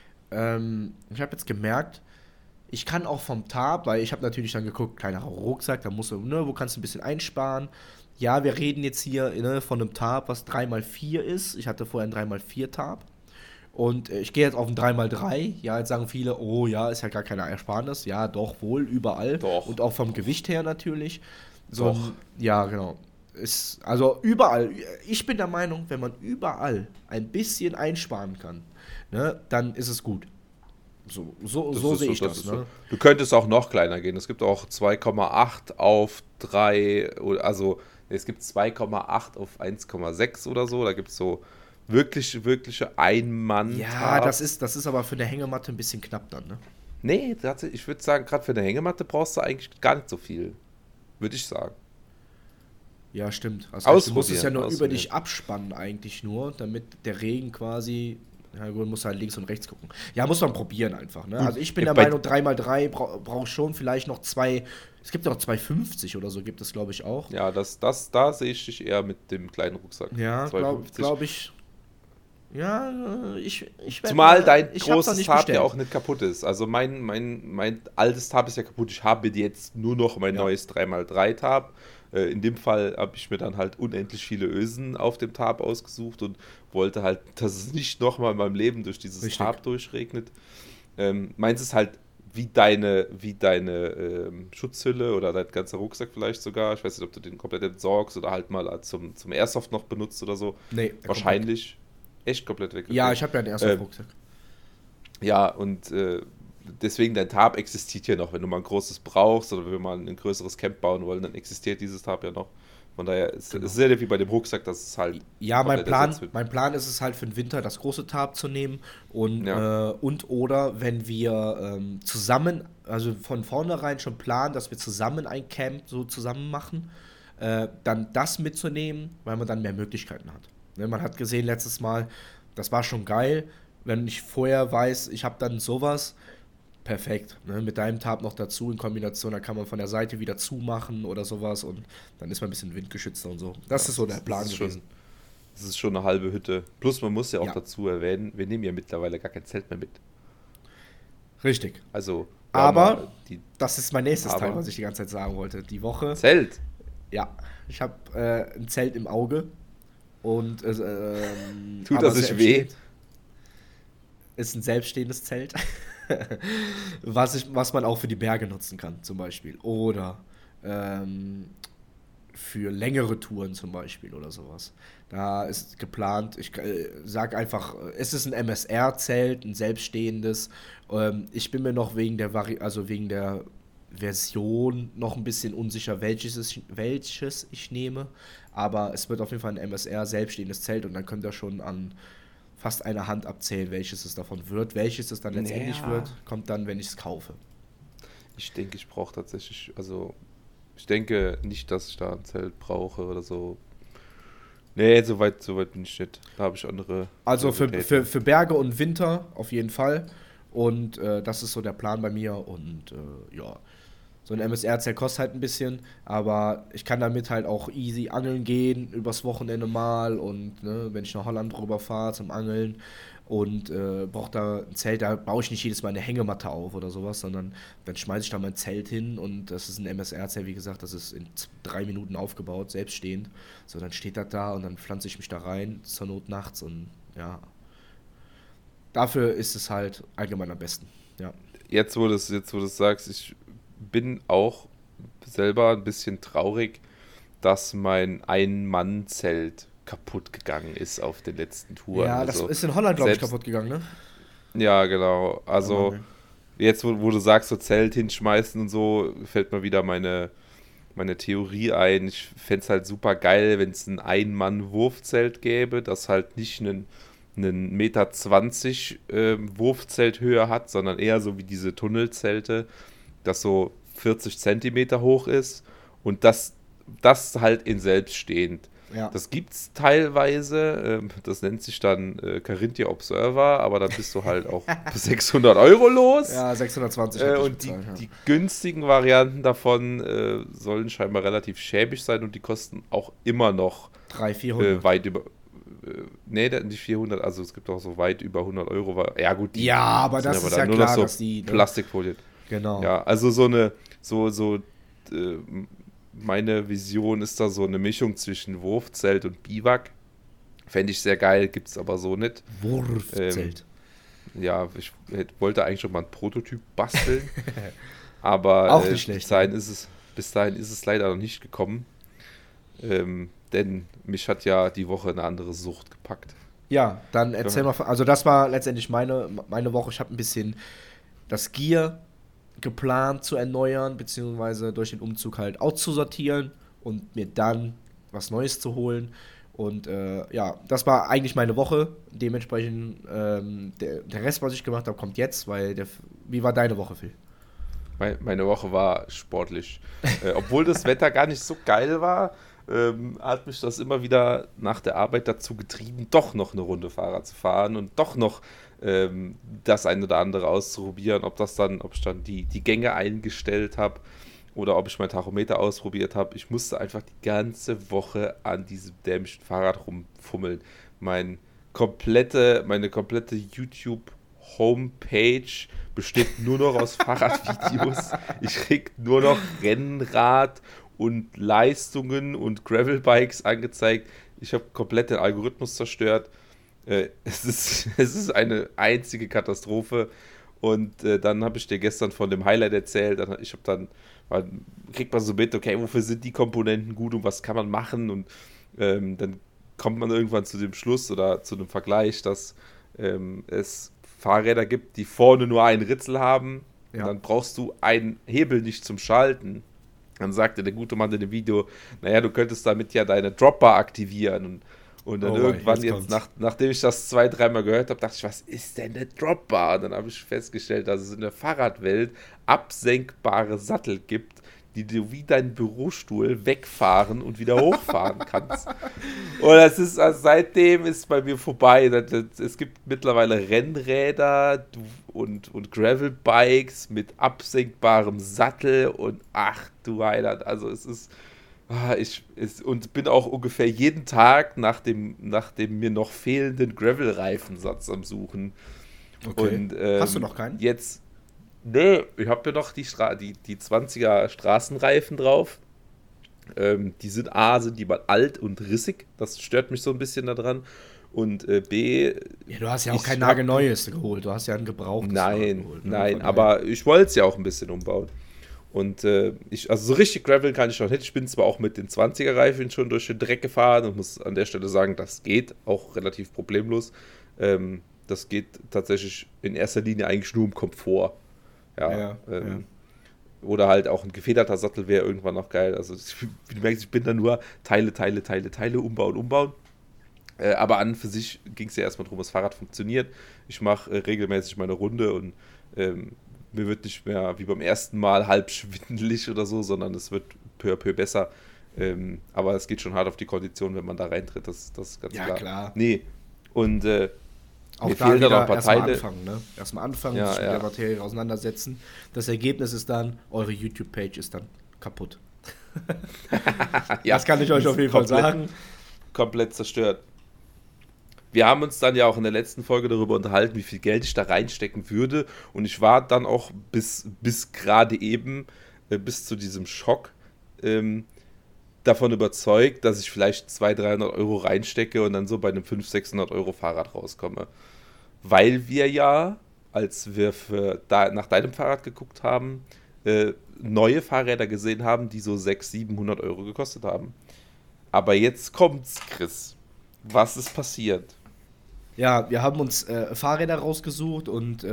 ich habe jetzt gemerkt, ich kann auch vom Tarp, weil ich habe natürlich dann geguckt, kleinerer Rucksack, da musst du, ne, wo kannst du ein bisschen einsparen. Ja, wir reden jetzt hier ne, von einem Tarp, was 3x4 ist. Ich hatte vorher ein 3x4 Tarp. Und ich gehe jetzt auf ein 3x3. Ja, jetzt sagen viele, oh ja, ist ja gar keine Ersparnis. Ja, doch, wohl, überall. Doch, Und auch vom Gewicht her natürlich. So doch. ein, ja, genau. Ist, also überall. Ich bin der Meinung, wenn man überall ein bisschen einsparen kann, ne, dann ist es gut. So sehe ich Das das, ist so. ne? Du könntest auch noch kleiner gehen. Es gibt auch 2,8 auf 3, also es gibt 2,8 auf 1,6 oder so. Da gibt es so wirkliche Ja, Ein-Mann-Tarps. das ist aber für eine Hängematte ein bisschen knapp dann, ne? Nee, ich würde sagen, gerade für eine Hängematte brauchst du eigentlich gar nicht so viel. Würde ich sagen. Ja, stimmt. Hast recht. Du musst es ja Ausprobieren, nur über ausprobieren. dich abspannen, eigentlich nur, damit der Regen quasi. Ja, gut, muss halt links und rechts gucken. Ja, muss man probieren einfach, ne? Gut, Also ich bin der bei, Meinung, 3x3 braucht schon vielleicht noch zwei. Es gibt auch 2,50 oder so, gibt es, glaube ich, auch. ja, da sehe ich dich eher mit dem kleinen Rucksack. Ja, 2,50. glaub ich. Ja, ich werde Zumal mal. dein Ich hab's noch großes nicht Tab ja bestellt. auch nicht kaputt ist. Also mein altes Tab ist ja kaputt. Ich habe jetzt nur noch mein Ja, neues 3x3 Tab. In dem Fall habe ich mir dann halt unendlich viele Ösen auf dem Tab ausgesucht und wollte halt, dass es nicht nochmal in meinem Leben durch dieses richtig. Tab durchregnet. Meins ist halt wie deine Schutzhülle oder dein ganzer Rucksack vielleicht sogar. Ich weiß nicht, ob du den komplett entsorgst oder halt mal zum Airsoft noch benutzt oder so. Nee, der kommt weg. Wahrscheinlich echt komplett weg. Ja, Okay. ich habe ja einen Äh, Airsoft-Rucksack. ja, und deswegen dein Tab existiert ja noch. Wenn du mal ein großes brauchst oder wenn wir mal ein größeres Camp bauen wollen, dann existiert dieses Tab ja noch. Von daher es Genau. ist ja wie bei dem Rucksack, dass es halt Ja, komplett ersetzt wird. mein Plan ist es halt für den Winter das große Tarp zu nehmen Ja, und oder wenn wir zusammen, also von vornherein schon planen, dass wir zusammen ein Camp so zusammen machen, dann das mitzunehmen, weil man dann mehr Möglichkeiten hat. Ne, man hat gesehen letztes Mal, das war schon geil, wenn ich vorher weiß, ich habe dann sowas, perfekt. Ne? Mit deinem Tab noch dazu in Kombination, da kann man von der Seite wieder zumachen oder sowas und dann ist man ein bisschen windgeschützter und so. Das ja, ist so der Plan gewesen. das ist schon eine halbe Hütte. Plus man muss ja auch Ja, dazu erwähnen, wir nehmen ja mittlerweile gar kein Zelt mehr mit. richtig. Also, wir haben Aber mal die das ist mein nächstes Teil, aber was ich die ganze Zeit sagen wollte. Die Woche, Zelt. ja, ich habe ein Zelt im Auge und Tut aber das nicht weh? ist ein selbststehendes Zelt. Was man auch für die Berge nutzen kann, zum Beispiel. Oder ähm, für längere Touren zum Beispiel oder sowas. Da ist geplant, ich sag einfach, es ist ein MSR-Zelt, ein selbststehendes. Ich bin mir noch wegen der Version noch ein bisschen unsicher, welches ich nehme. Aber es wird auf jeden Fall ein MSR selbststehendes Zelt und dann könnt ihr schon an fast einer Hand abzählen, welches es davon wird. Welches es dann letztendlich Ja, wird, kommt dann, wenn ich es kaufe. ich denke, ich brauche tatsächlich, also ich denke nicht, dass ich da ein Zelt brauche oder so. Nee, so weit bin ich nicht. Da habe ich andere Also Prioritäten. für Berge und Winter auf jeden Fall. Und das ist so der Plan bei mir. Und ja, so ein MSR-Zelt kostet halt ein bisschen, aber ich kann damit halt auch easy angeln gehen, übers Wochenende mal. Und ne, wenn ich nach Holland rüber fahre zum Angeln und brauche da ein Zelt, da baue ich nicht jedes Mal eine Hängematte auf oder sowas, sondern dann schmeiße ich da mein Zelt hin und das ist ein MSR-Zelt, wie gesagt, das ist in 3 Minuten aufgebaut, selbststehend. So, dann steht das da und dann pflanze ich mich da rein, zur Not nachts und ja, dafür ist es halt allgemein am besten. Ja. Jetzt, wo du es sagst, ich bin auch selber ein bisschen traurig, dass mein Ein-Mann-Zelt kaputt gegangen ist auf den letzten Touren. Ja, das Also ist in Holland, glaube ich, selbst, kaputt gegangen, ne? ja, genau. Oh Mann, Also ey. jetzt, wo du sagst, so Zelt hinschmeißen und so, fällt mir wieder meine Theorie ein. Ich fände es halt super geil, wenn es ein Ein-Mann-Wurfzelt gäbe, das halt nicht einen Meter 20 Wurfzelthöhe hat, sondern eher so wie diese Tunnelzelte, das so 40 Zentimeter hoch ist und das halt in selbststehend. Ja. Das gibt's teilweise, das nennt sich dann Carinthia Observer, aber dann bist du halt auch 600 € los. Ja, 620 hatte ich Und die, bezahlt, ja. die günstigen Varianten davon sollen scheinbar relativ schäbig sein und die kosten auch immer noch 300, 400. weit über. Nee, nicht 400, also es gibt auch so weit über 100 €. Ja, gut, die Ja, aber sind das aber ist dann ja nur noch klar, so dass die, ne? Plastikfolien. Genau. Ja, also äh, meine Vision ist da so eine Mischung zwischen Wurfzelt und Biwak. Fände ich sehr geil, gibt es aber so nicht. Ähm, Wurfzelt. ja, wollte eigentlich schon mal einen Prototyp basteln. Aber Auch nicht schlecht, ja. bis dahin ist es leider noch nicht gekommen. Denn mich hat ja die Woche eine andere Sucht gepackt. Ja, dann Ja, erzähl mal, also das war letztendlich meine Woche. Ich habe ein bisschen das Gear geplant zu erneuern, beziehungsweise durch den Umzug halt auszusortieren und mir dann was Neues zu holen. Und ja, das war eigentlich meine Woche. Dementsprechend der Rest, was ich gemacht habe, kommt jetzt, weil wie war deine Woche, Phil? meine Woche war sportlich. Obwohl das Wetter gar nicht so geil war, hat mich das immer wieder nach der Arbeit dazu getrieben, doch noch eine Runde Fahrrad zu fahren und doch noch das ein oder andere auszuprobieren, ob ich dann die Gänge eingestellt habe oder ob ich mein Tachometer ausprobiert habe. Ich musste einfach die ganze Woche an diesem dämlichen Fahrrad rumfummeln. Meine komplette YouTube-Homepage besteht nur noch aus Fahrradvideos. Ich krieg nur noch Rennrad und Leistungen und Gravelbikes angezeigt. Ich habe komplett den Algorithmus zerstört. Es ist eine einzige Katastrophe. Und dann habe ich dir gestern von dem Highlight erzählt. Ich habe dann, weil, kriegt man so mit, okay, wofür sind die Komponenten gut und was kann man machen? Und dann kommt man irgendwann zu dem Schluss oder zu dem Vergleich, dass es Fahrräder gibt, die vorne nur einen Ritzel haben. Und Ja. dann brauchst du einen Hebel nicht zum Schalten. Dann sagte der gute Mann in dem Video, naja, du könntest damit ja deine Dropbar aktivieren. Und dann Oh, wei, irgendwann jetzt kommt's. nachdem ich das 2, dreimal gehört habe, dachte ich, was ist denn eine Dropbar? Und dann habe ich festgestellt, dass es in der Fahrradwelt absenkbare Sattel gibt, die du wie deinen Bürostuhl wegfahren und wieder hochfahren kannst. Und seitdem ist bei mir vorbei. Es gibt mittlerweile Rennräder und Gravelbikes mit absenkbarem Sattel und ach du Heiland, also es ist. Und bin auch ungefähr jeden Tag nach dem mir noch fehlenden Gravel-Reifensatz am Suchen. Okay. Und Hast du noch keinen? jetzt, nee, ich habe ja noch die 20er Straßenreifen drauf. Sind die mal alt und rissig. Das stört mich so ein bisschen daran. Und B, Ja, du hast ja auch ich kein hab, nagelneues geholt. Du hast ja ein gebrauchtes Fahrrad nein, geholt. Ne? nein, Von daher. aber ich wollte es ja auch ein bisschen umbauen. Und also so richtig graveln kann ich noch nicht. Ich bin zwar auch mit den 20er-Reifen schon durch den Dreck gefahren und muss an der Stelle sagen, das geht auch relativ problemlos. Das geht tatsächlich in erster Linie eigentlich nur um Komfort. Ja, Ja, ja. oder halt auch ein gefederter Sattel wäre irgendwann noch geil. Also wie du merkst, ich bin da nur Teile, umbauen, umbauen. Aber an und für sich ging es ja erstmal darum, das Fahrrad funktioniert. Ich mache regelmäßig meine Runde und ähm, mir wird nicht mehr wie beim ersten Mal halb schwindelig oder so, sondern es wird peu à peu besser. Aber es geht schon hart auf die Kondition, wenn man da reintritt, das ist ganz Ja, klar. klar. Nee, und Auch mir da fehlen da noch ein wieder paar erstmal Teile. anfangen, ne? Erstmal anfangen, sich Ja, mit der ja. Materie auseinandersetzen. Das Ergebnis ist dann, eure YouTube-Page ist dann kaputt. Ja, Das kann ich die euch auf ist jeden Fall sagen. komplett zerstört. Wir haben uns dann ja auch in der letzten Folge darüber unterhalten, wie viel Geld ich da reinstecken würde. Und ich war dann auch bis gerade eben, bis zu diesem Schock, ähm, davon überzeugt, dass ich vielleicht 200-300 € reinstecke und dann so bei einem 500-600 € Fahrrad rauskomme. Weil wir ja, als wir nach deinem Fahrrad geguckt haben, neue Fahrräder gesehen haben, die so 600-700 € gekostet haben. Aber jetzt kommt's, Chris. Was ist passiert? Ja, wir haben uns Fahrräder rausgesucht und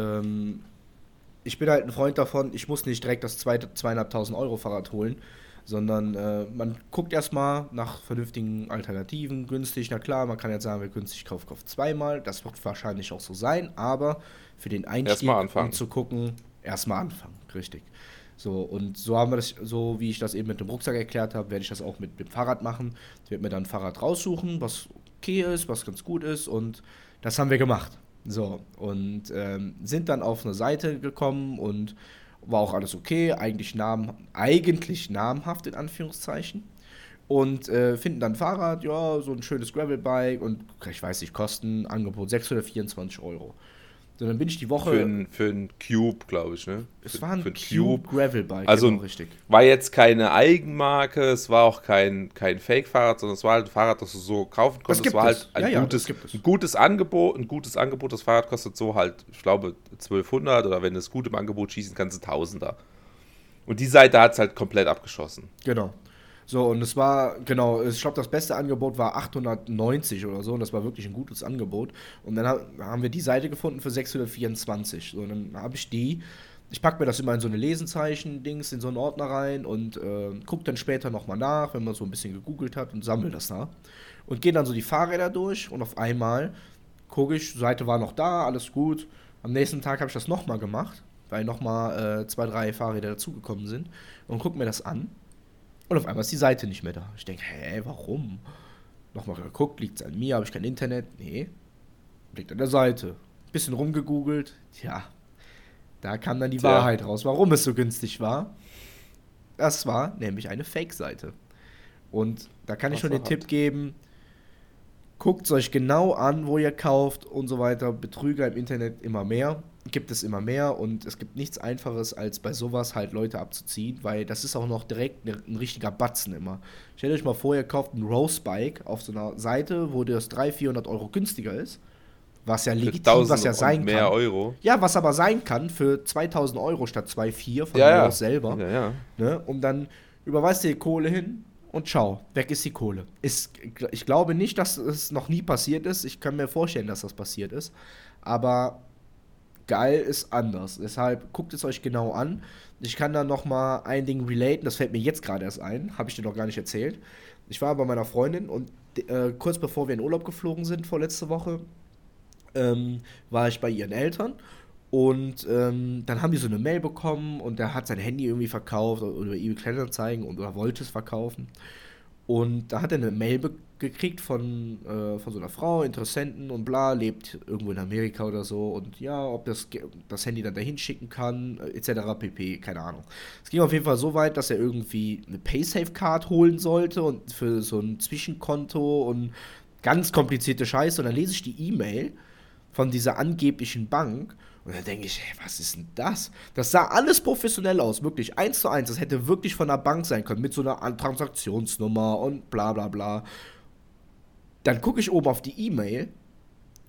ich bin halt ein Freund davon, ich muss nicht direkt das 2.500 € Fahrrad holen, sondern man guckt erstmal nach vernünftigen Alternativen, günstig, na klar, man kann jetzt sagen, wer günstig kauft zweimal, das wird wahrscheinlich auch so sein, aber für den Einstieg, Erstmal um anfangen. zu gucken, erstmal anfangen, richtig. So, und so haben wir das, so wie ich das eben mit dem Rucksack erklärt habe, werde ich das auch mit dem Fahrrad machen. Ich werde mir dann ein Fahrrad raussuchen, was okay ist, was ganz gut ist und das haben wir gemacht. So, und sind dann auf eine Seite gekommen und war auch alles okay, eigentlich namhaft in Anführungszeichen. Und finden dann ein Fahrrad, ja, so ein schönes Gravelbike und ich weiß nicht, Kosten, Angebot 624 €. So, dann bin ich die Für Woche, ein Cube, glaube ich, ne? es war ein Für ein Cube Cube. Gravelbike, genau, Also richtig. war jetzt keine Eigenmarke, es war auch kein Fake-Fahrrad, sondern es war halt ein Fahrrad, das du so kaufen Das konntest. Es gibt war es. halt Ja, ja, das gibt es. ein gutes Angebot, Das Fahrrad kostet so halt, ich glaube, 1200 oder wenn du es gut im Angebot schießen kannst, ein Tausender. Und die Seite hat es halt komplett abgeschossen. Genau. So, und es war, genau, ich glaube, das beste Angebot war 890 oder so, und das war wirklich ein gutes Angebot. Und dann haben wir die Seite gefunden für 624. So, und dann habe ich ich packe mir das immer in so eine Lesenzeichen-Dings, in so einen Ordner rein und gucke dann später nochmal nach, wenn man so ein bisschen gegoogelt hat und sammle das nach. Und gehe dann so die Fahrräder durch und auf einmal gucke ich, Seite war noch da, alles gut. Am nächsten Tag habe ich das nochmal gemacht, weil nochmal 2, 3 Fahrräder dazugekommen sind und gucke mir das an. Und auf einmal ist die Seite nicht mehr da. Ich denke, hä, warum? Nochmal geguckt, liegt es an mir, habe ich kein Internet? Nee, liegt an der Seite. Bisschen rumgegoogelt, tja, da kam dann die Tja, Wahrheit raus, warum es so günstig war. Das war nämlich eine Fake-Seite. Und da kann ich das nur war den Tipp hart. geben, guckt es euch genau an, wo ihr kauft und so weiter. Betrüger im Internet immer mehr, gibt es immer mehr und es gibt nichts Einfaches, als bei sowas halt Leute abzuziehen, weil das ist auch noch direkt ein richtiger Batzen immer. Stellt euch mal vor, ihr kauft ein Rose-Bike auf so einer Seite, wo das 300-400 € günstiger ist, was ja Für legitim, was 1000 ja und sein mehr kann. Euro. Ja, was aber sein kann für 2.000 € statt 2.400 von Ja, dem ja. Rose selber. Ja, ja. Ne? Und dann überweist ihr die Kohle hin und ciao, weg ist die Kohle. Ich glaube nicht, dass es noch nie passiert ist. Ich kann mir vorstellen, dass das passiert ist. Aber geil ist anders. Deshalb guckt es euch genau an. Ich kann da noch mal ein Ding relaten, das fällt mir jetzt gerade erst ein, habe ich dir noch gar nicht erzählt. Ich war bei meiner Freundin und kurz bevor wir in Urlaub geflogen sind, vorletzte Woche, war ich bei ihren Eltern und dann haben die so eine Mail bekommen und der hat sein Handy irgendwie verkauft oder über eBay Kleinanzeigen oder wollte es verkaufen. Und da hat er eine Mail gekriegt von so einer Frau, Interessenten und bla, lebt irgendwo in Amerika oder so und ja, ob das Handy dann dahin schicken kann, etc. pp, keine Ahnung. Es ging auf jeden Fall so weit, dass er irgendwie eine Paysafe-Card holen sollte und für so ein Zwischenkonto und ganz komplizierte Scheiße. Und dann lese ich die E-Mail von dieser angeblichen Bank. Und dann denke ich, hey, was ist denn das? Das sah alles professionell aus, wirklich eins zu eins. Das hätte wirklich von der Bank sein können, mit so einer Transaktionsnummer und bla bla bla. Dann gucke ich oben auf die E-Mail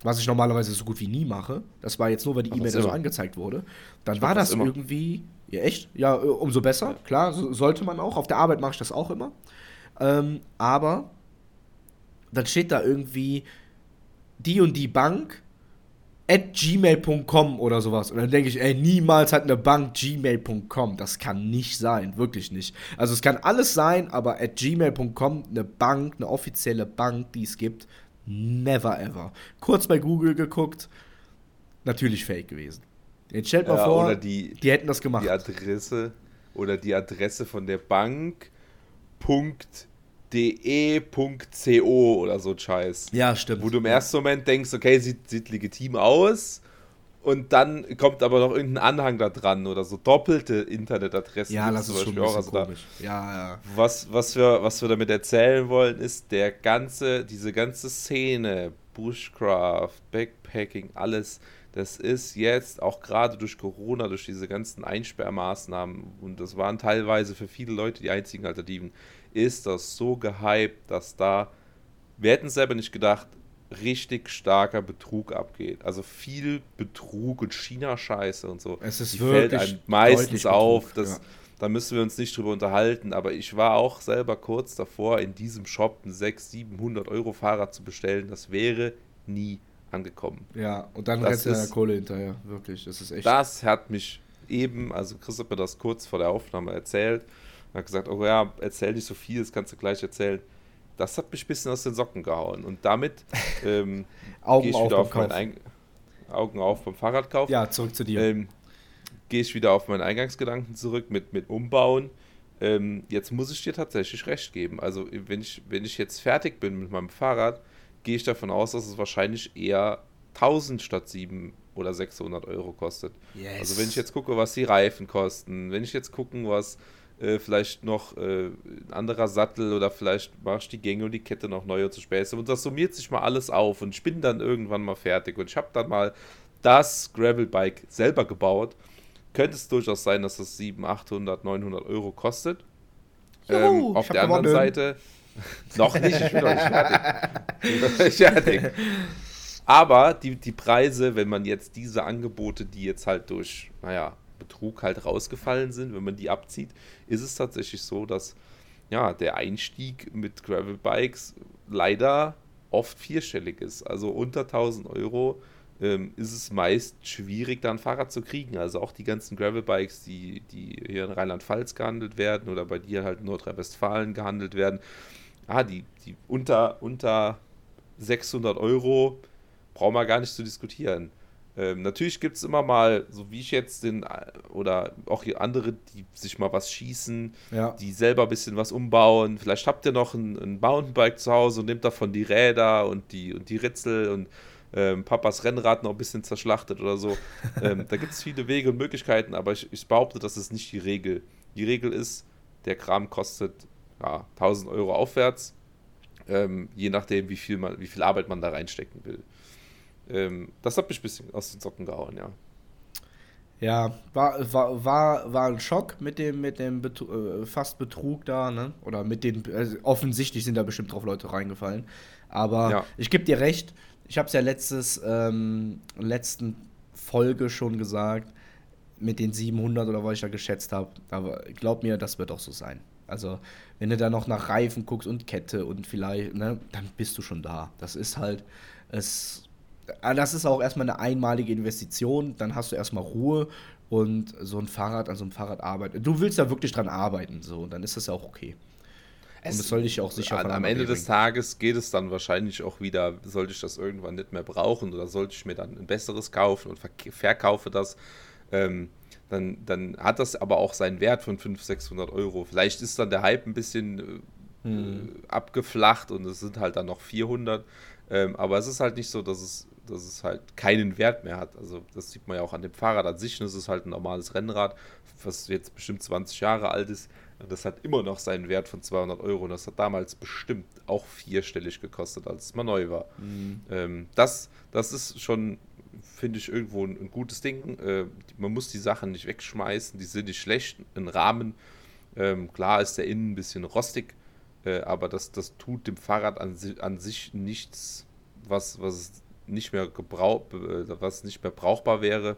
was ich normalerweise so gut wie nie mache. Das war jetzt nur, weil die Mach E-Mail das da so immer. angezeigt wurde. Dann Ich mach war das das immer. irgendwie, ja echt, ja, umso besser, Ja. klar, sollte man auch. Auf der Arbeit mache ich das auch immer. Aber dann steht da irgendwie die und die Bank at gmail.com oder sowas. Und dann denke ich, ey, niemals hat eine Bank gmail.com. Das kann nicht sein, wirklich nicht. Also es kann alles sein, aber at gmail.com, eine Bank, eine offizielle Bank, die es gibt, never ever. Kurz bei Google geguckt, natürlich fake gewesen. Jetzt stellt mal Ja, oder vor, die hätten das die gemacht. Adresse oder die Adresse von der Bank .de.co oder so ein Scheiß. Ja, Wo stimmt. du im Ja. ersten Moment denkst, okay, sieht legitim aus. Und dann kommt aber noch irgendein Anhang da dran oder so doppelte Internetadressen Ja, gibt es das zum ist schon ein Beispiel auch. bisschen Also da, komisch. Ja, ja. was wir damit erzählen wollen, ist diese ganze Szene, Bushcraft, Backpacking, alles, das ist jetzt auch gerade durch Corona, durch diese ganzen Einsperrmaßnahmen, und das waren teilweise für viele Leute die einzigen Alternativen, ist das so gehypt, dass da, wir hätten es selber nicht gedacht, richtig starker Betrug abgeht. Also viel Betrug und China-Scheiße und so. Es ist Die fällt einem wirklich meistens deutlich Betrug. auf, Ja. da müssen wir uns nicht drüber unterhalten, aber ich war auch selber kurz davor, in diesem Shop ein 600-700 € Fahrrad zu bestellen. Das wäre nie angekommen. Ja, und dann Das rennst du der ist, Kohle hinterher. Wirklich, das ist echt. das hat mich eben, also Chris hat mir das kurz vor der Aufnahme erzählt, und hat gesagt, oh ja, erzähl nicht so viel, das kannst du gleich erzählen. Das hat mich ein bisschen aus den Socken gehauen. Und damit gehe Augen ich auf wieder beim auf Kauf. Augen auf beim Fahrradkauf. Ja, zurück zu dir. Ähm, Gehe ich wieder auf meinen Eingangsgedanken zurück mit Umbauen. Jetzt muss ich dir tatsächlich recht geben. Also, wenn ich jetzt fertig bin mit meinem Fahrrad, gehe ich davon aus, dass es wahrscheinlich eher 1000 statt 700 oder 600 € kostet. Also, wenn ich Yes. jetzt gucke, was die Reifen kosten, wenn ich jetzt gucke, was vielleicht noch ein anderer Sattel oder vielleicht mache ich die Gänge und die Kette noch neu und zu Späße. Und das summiert sich mal alles auf und ich bin dann irgendwann mal fertig. Und ich habe dann mal das Gravelbike selber gebaut. Könnte es durchaus sein, dass das 700, 800, 900 € kostet. Juhu, ich Auf hab der anderen gewonnen. Seite, noch nicht, ich bin noch nicht fertig. Ich bin noch nicht fertig. Aber die Preise, wenn man jetzt diese Angebote, die jetzt halt durch, naja, Betrug halt rausgefallen sind, wenn man die abzieht, ist es tatsächlich so, dass ja, der Einstieg mit Gravelbikes leider oft vierstellig ist. Also unter 1000 € ist es meist schwierig, da ein Fahrrad zu kriegen. Also auch die ganzen Gravelbikes, die hier in Rheinland-Pfalz gehandelt werden oder bei dir halt in Nordrhein-Westfalen gehandelt werden, die unter 600 € brauchen wir gar nicht zu diskutieren. Natürlich gibt es immer mal, so wie ich jetzt oder auch hier andere, die sich mal was schießen, Ja. die selber ein bisschen was umbauen. Vielleicht habt ihr noch ein Mountainbike zu Hause und nehmt davon die Räder und die Ritzel und Papas Rennrad noch ein bisschen zerschlachtet oder so. Da gibt es viele Wege und Möglichkeiten, aber ich behaupte, das ist nicht die Regel. Die Regel ist, der Kram kostet ja, 1000 € aufwärts, je nachdem, wie viel Arbeit man da reinstecken will. Das hat mich ein bisschen aus den Socken gehauen, ja. Ja, war ein Schock mit dem fast Betrug da, ne? Oder mit den, also offensichtlich sind da bestimmt drauf Leute reingefallen. Aber Ja, ich gebe dir recht, ich habe es ja letzten Folge schon gesagt, mit den 700 oder was ich da geschätzt habe. Aber glaub mir, das wird auch so sein. Also, wenn du da noch nach Reifen guckst und Kette und vielleicht, ne, dann bist du schon da. Es, das ist auch erstmal eine einmalige Investition, dann hast du erstmal Ruhe und so ein Fahrrad, an so einem Fahrrad arbeiten. Du willst da wirklich dran arbeiten, so, dann ist das ja auch okay. Und es es, soll dich auch sicher von A am nach B Ende des bringen. Tages geht es dann wahrscheinlich auch wieder, sollte ich das irgendwann nicht mehr brauchen oder sollte ich mir dann ein besseres kaufen und verkaufe das, ähm, dann hat das aber auch seinen Wert von 500, 600 €. Vielleicht ist dann der Hype ein bisschen Hm. abgeflacht und es sind halt dann noch 400. Aber es ist halt nicht so, dass es halt keinen Wert mehr hat. Also das sieht man ja auch an dem Fahrrad an sich. Und es ist halt ein normales Rennrad, was jetzt bestimmt 20 Jahre alt ist. Und das hat immer noch seinen Wert von 200 €. Und das hat damals bestimmt auch vierstellig gekostet, als es mal neu war. Hm. Das ist schon, finde ich, irgendwo ein gutes Ding. Man muss die Sachen nicht wegschmeißen, die sind nicht schlecht. Ein Rahmen, klar ist der innen ein bisschen rostig, aber das tut dem Fahrrad an sich nichts, was es nicht mehr was nicht mehr brauchbar wäre.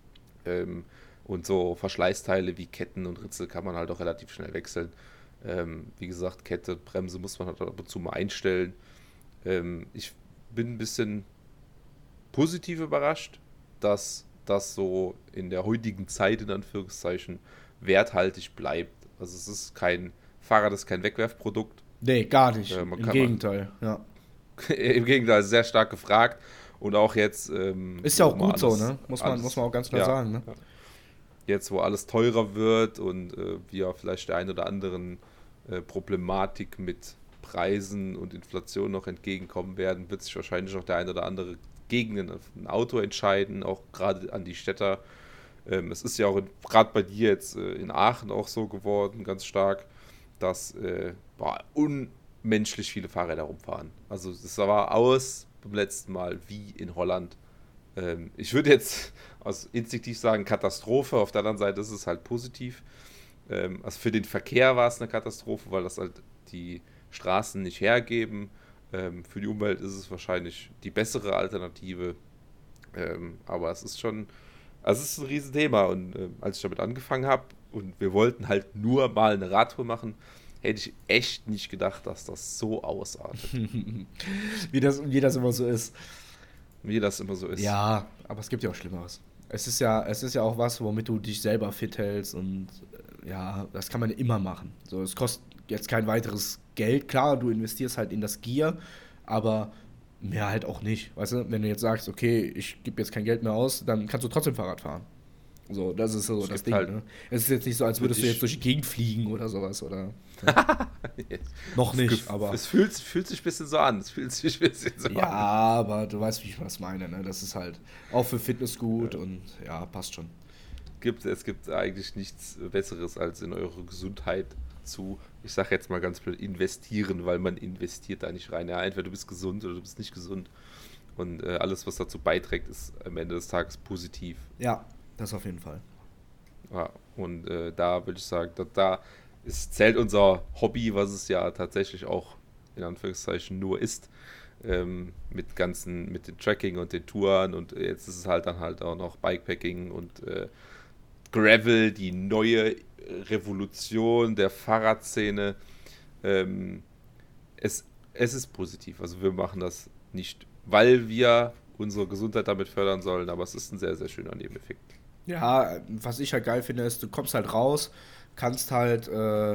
Und so Verschleißteile wie Ketten und Ritzel kann man halt auch relativ schnell wechseln. Wie gesagt, Kette, Bremse muss man halt ab und zu mal einstellen. Ich bin ein bisschen positiv überrascht, dass das so in der heutigen Zeit in Anführungszeichen werthaltig bleibt. Also es ist kein Fahrrad, ist kein Wegwerfprodukt. Nee, gar nicht. Im Man Gegenteil, ja. im Gegenteil, sehr stark gefragt. Und auch jetzt. Ist ja auch gut alles, so, ne? Muss man auch ganz klar sagen, ne? Ja. Jetzt, wo alles teurer wird und wir vielleicht der ein oder anderen Problematik mit Preisen und Inflation noch entgegenkommen werden, wird sich wahrscheinlich auch der ein oder andere gegen ein Auto entscheiden, auch gerade an die Städter. Es ist ja auch gerade bei dir jetzt in Aachen auch so geworden, ganz stark, dass unmenschlich viele Fahrräder rumfahren. Also das war beim letzten Mal wie in Holland. Ich würde jetzt instinktiv sagen Katastrophe, auf der anderen Seite ist es halt positiv. Also für den Verkehr war es eine Katastrophe, weil das halt die Straßen nicht hergeben. Für die Umwelt ist es wahrscheinlich die bessere Alternative. Aber es ist schon, also es ist ein Riesenthema. Und als ich damit angefangen habe und wir wollten halt nur mal eine Radtour machen, hätte ich echt nicht gedacht, dass das so ausartet. Wie das immer so ist. Wie das immer so ist. Ja, aber es gibt ja auch Schlimmeres. Es ist ja auch was, womit du dich selber fit hältst und ja, das kann man immer machen. So, es kostet jetzt kein weiteres Geld. Klar, du investierst halt in das Gear, aber mehr halt auch nicht. Weißt du, wenn du jetzt sagst, okay, ich gebe jetzt kein Geld mehr aus, dann kannst du trotzdem Fahrrad fahren. So, das ist so das Ding, halt, ne? Es ist jetzt nicht so, als würdest du jetzt durch die Gegend fliegen oder sowas, oder? Noch nicht, aber. Es fühlt sich ein bisschen so an. Ja, aber du weißt, wie ich das meine, ne? Das ist halt auch für Fitness gut und ja, passt schon. Es gibt eigentlich nichts Besseres, als in eure Gesundheit ich sage jetzt mal ganz blöd, investieren, weil man investiert da nicht rein. Ja, entweder du bist gesund oder du bist nicht gesund. Und alles, was dazu beiträgt, ist am Ende des Tages positiv. Ja, das auf jeden Fall. Ja, und da würde ich sagen, zählt unser Hobby, was es ja tatsächlich auch in Anführungszeichen nur ist, mit dem Tracking und den Touren und jetzt ist es halt dann halt auch noch Bikepacking und Gravel, die neue Revolution der Fahrradszene. Es ist positiv, also wir machen das nicht, weil wir unsere Gesundheit damit fördern sollen, aber es ist ein sehr, sehr schöner Nebeneffekt. Ja, was ich halt geil finde, ist, du kommst halt raus, kannst halt,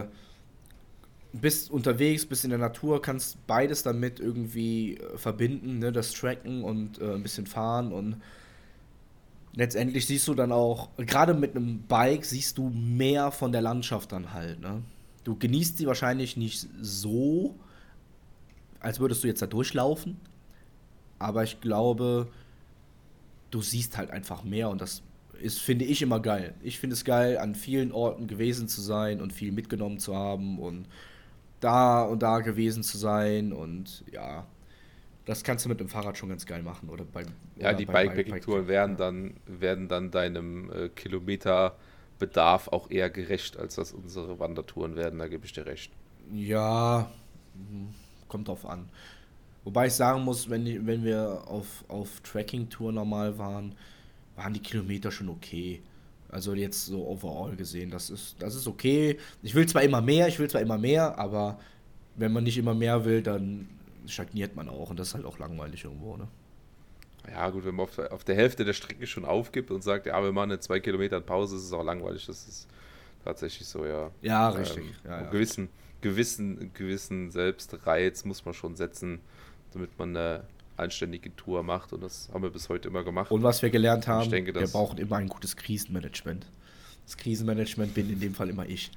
bist unterwegs, bist in der Natur, kannst beides damit irgendwie verbinden, ne? Das Tracken und ein bisschen fahren und letztendlich siehst du dann auch, gerade mit einem Bike siehst du mehr von der Landschaft dann halt, ne? Du genießt sie wahrscheinlich nicht so, als würdest du jetzt da durchlaufen, aber ich glaube, du siehst halt einfach mehr und das ist, finde ich, immer geil. Ich finde es geil, an vielen Orten gewesen zu sein und viel mitgenommen zu haben und da gewesen zu sein und ja, das kannst du mit dem Fahrrad schon ganz geil machen Ja, die Bikepacking-Touren werden dann deinem Kilometerbedarf auch eher gerecht, als das unsere Wandertouren werden, da gebe ich dir recht. Ja, kommt drauf an. Wobei ich sagen muss, wenn wir auf Trekking-Tour normal waren die Kilometer schon okay. Also jetzt so overall gesehen, das ist okay. Ich will zwar immer mehr, aber wenn man nicht immer mehr will, dann stagniert man auch und das ist halt auch langweilig irgendwo, ne? Ja gut, wenn man auf der Hälfte der Strecke schon aufgibt und sagt, ja, wir machen eine 2 Kilometer Pause, ist es auch langweilig. Das ist tatsächlich so, ja. Ja, richtig. Einen gewissen Selbstreiz muss man schon setzen, damit man eine anständige Tour macht und das haben wir bis heute immer gemacht. Und was wir gelernt haben, wir brauchen immer ein gutes Krisenmanagement. Das Krisenmanagement bin in dem Fall immer ich.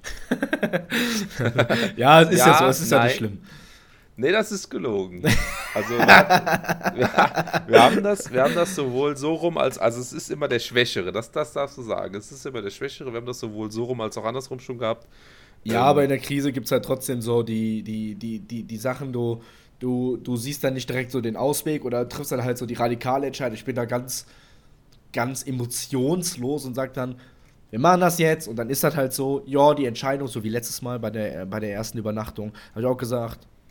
Ja, es ist ja so, es ist ja nicht schlimm. Nee, das ist gelogen. Also wir haben das sowohl so rum, also es ist immer der Schwächere, das darfst du sagen. Es ist immer der Schwächere, wir haben das sowohl so rum als auch andersrum schon gehabt. Ja, aber in der Krise gibt es halt trotzdem so die Sachen, du siehst dann nicht direkt so den Ausweg oder triffst dann halt so die radikale Entscheidung. Ich bin da ganz, ganz emotionslos und sag dann, wir machen das jetzt und dann ist das halt so, ja, die Entscheidung, so wie letztes Mal bei der ersten Übernachtung, habe ich auch gesagt,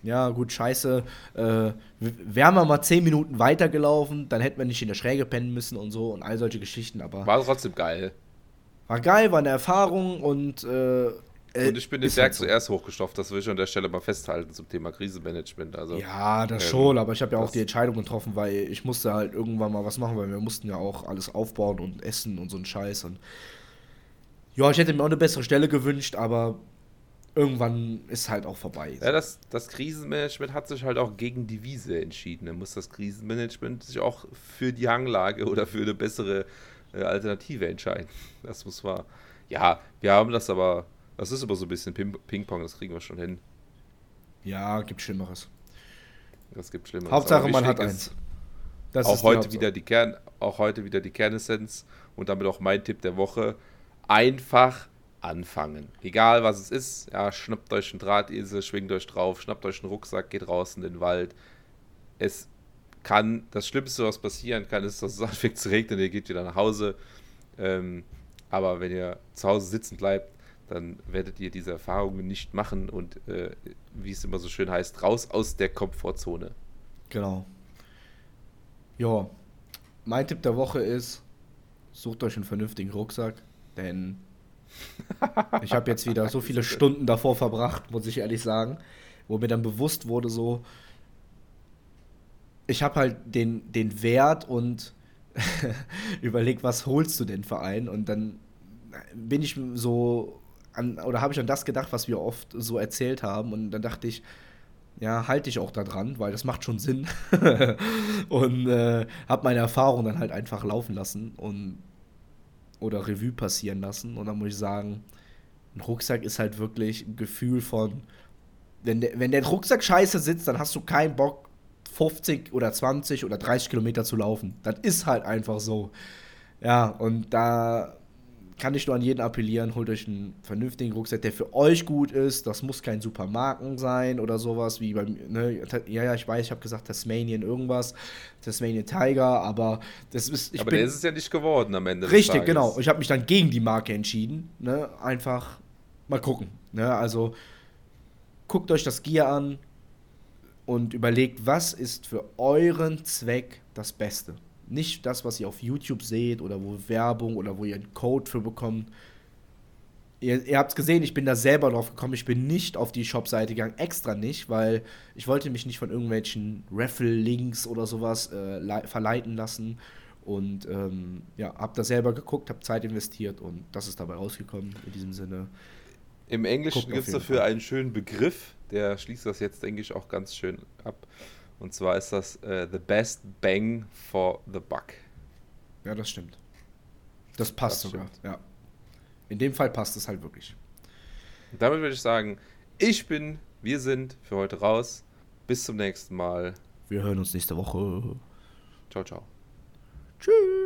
ja, gut, scheiße, wären wir mal 10 Minuten weitergelaufen, dann hätten wir nicht in der Schräge pennen müssen und so und all solche Geschichten, aber War trotzdem geil. war geil, war eine Erfahrung und Und ich bin den ist Berg halt so. zuerst hochgestofft, das will ich an der Stelle mal festhalten zum Thema Krisenmanagement. Also, Ja, das ähm, schon, aber ich habe ja auch die das, Entscheidung getroffen, weil ich musste halt irgendwann mal was machen, weil wir mussten ja auch alles aufbauen und essen und so ein Scheiß. Und ja, ich hätte mir auch eine bessere Stelle gewünscht, aber irgendwann ist halt auch vorbei. ja, So. das Krisenmanagement hat sich halt auch gegen die Wiese entschieden. Da muss das Krisenmanagement sich auch für die Hanglage oder für eine bessere Alternative entscheiden. Das muss man. Ja, wir haben das aber. Das ist aber so ein bisschen Ping-Pong, das kriegen wir schon hin. Ja, gibt Schlimmeres. Das gibt Schlimmeres. Aber Hauptsache, man hat wichtig eins. ist Das ist die Hauptsache. auch heute wieder die Kernessenz und damit auch mein Tipp der Woche. Einfach anfangen. Egal was es ist, ja, schnappt euch einen Drahtesel, schwingt euch drauf, schnappt euch einen Rucksack, geht raus in den Wald. Es kann, das Schlimmste, was passieren kann, ist, dass es anfängt zu regnen, ihr geht wieder nach Hause. Ähm, aber wenn ihr zu Hause sitzen bleibt, dann werdet ihr diese Erfahrungen nicht machen und, wie es immer so schön heißt, raus aus der Komfortzone. Genau. Ja, mein Tipp der Woche ist, sucht euch einen vernünftigen Rucksack, denn ich habe jetzt wieder so viele Sehr gut. Stunden davor verbracht, muss ich ehrlich sagen, wo mir dann bewusst wurde, so, ich habe halt den Wert und überlegt, was holst du denn für einen? Und dann bin ich so an, oder habe ich an das gedacht, was wir oft so erzählt haben. Und dann dachte ich, ja, halte ich auch da dran, weil das macht schon Sinn. Und habe meine Erfahrung dann halt einfach laufen lassen und oder Revue passieren lassen. Und dann muss ich sagen, ein Rucksack ist halt wirklich ein Gefühl von, wenn der Rucksack scheiße sitzt, dann hast du keinen Bock, 50 oder 20 oder 30 Kilometer zu laufen. Das ist halt einfach so. Ja, und da kann ich nur an jeden appellieren, holt euch einen vernünftigen Rucksack, der für euch gut ist. Das muss kein Supermarken sein oder sowas wie beim, ne, ja, ich weiß, ich habe gesagt Tasmanian irgendwas, Tasmanian Tiger, aber das ist, ich Aber der bin, ist es ja nicht geworden am Ende des richtig, genau. Tages. Ich habe mich dann gegen die Marke entschieden, ne, einfach mal gucken, ne, also guckt euch das Gear an und überlegt, was ist für euren Zweck das Beste. Nicht das, was ihr auf YouTube seht oder wo Werbung oder wo ihr einen Code für bekommt. Ihr habt es gesehen, ich bin da selber drauf gekommen. Ich bin nicht auf die Shop-Seite gegangen, extra nicht, weil ich wollte mich nicht von irgendwelchen Raffle-Links oder sowas verleiten lassen. Und ja, hab da selber geguckt, hab Zeit investiert und das ist dabei rausgekommen. In diesem Sinne, Im Englischen guckt gibt auf es jeden dafür Fall. einen schönen Begriff, der schließt das jetzt, denke ich, auch ganz schön ab. Und zwar ist das the best bang for the buck. Ja, das stimmt. Das passt Das sogar, stimmt. ja. In dem Fall passt es halt wirklich. Und damit würde ich sagen, wir sind für heute raus. Bis zum nächsten Mal. Wir hören uns nächste Woche. Ciao, ciao. Tschüss.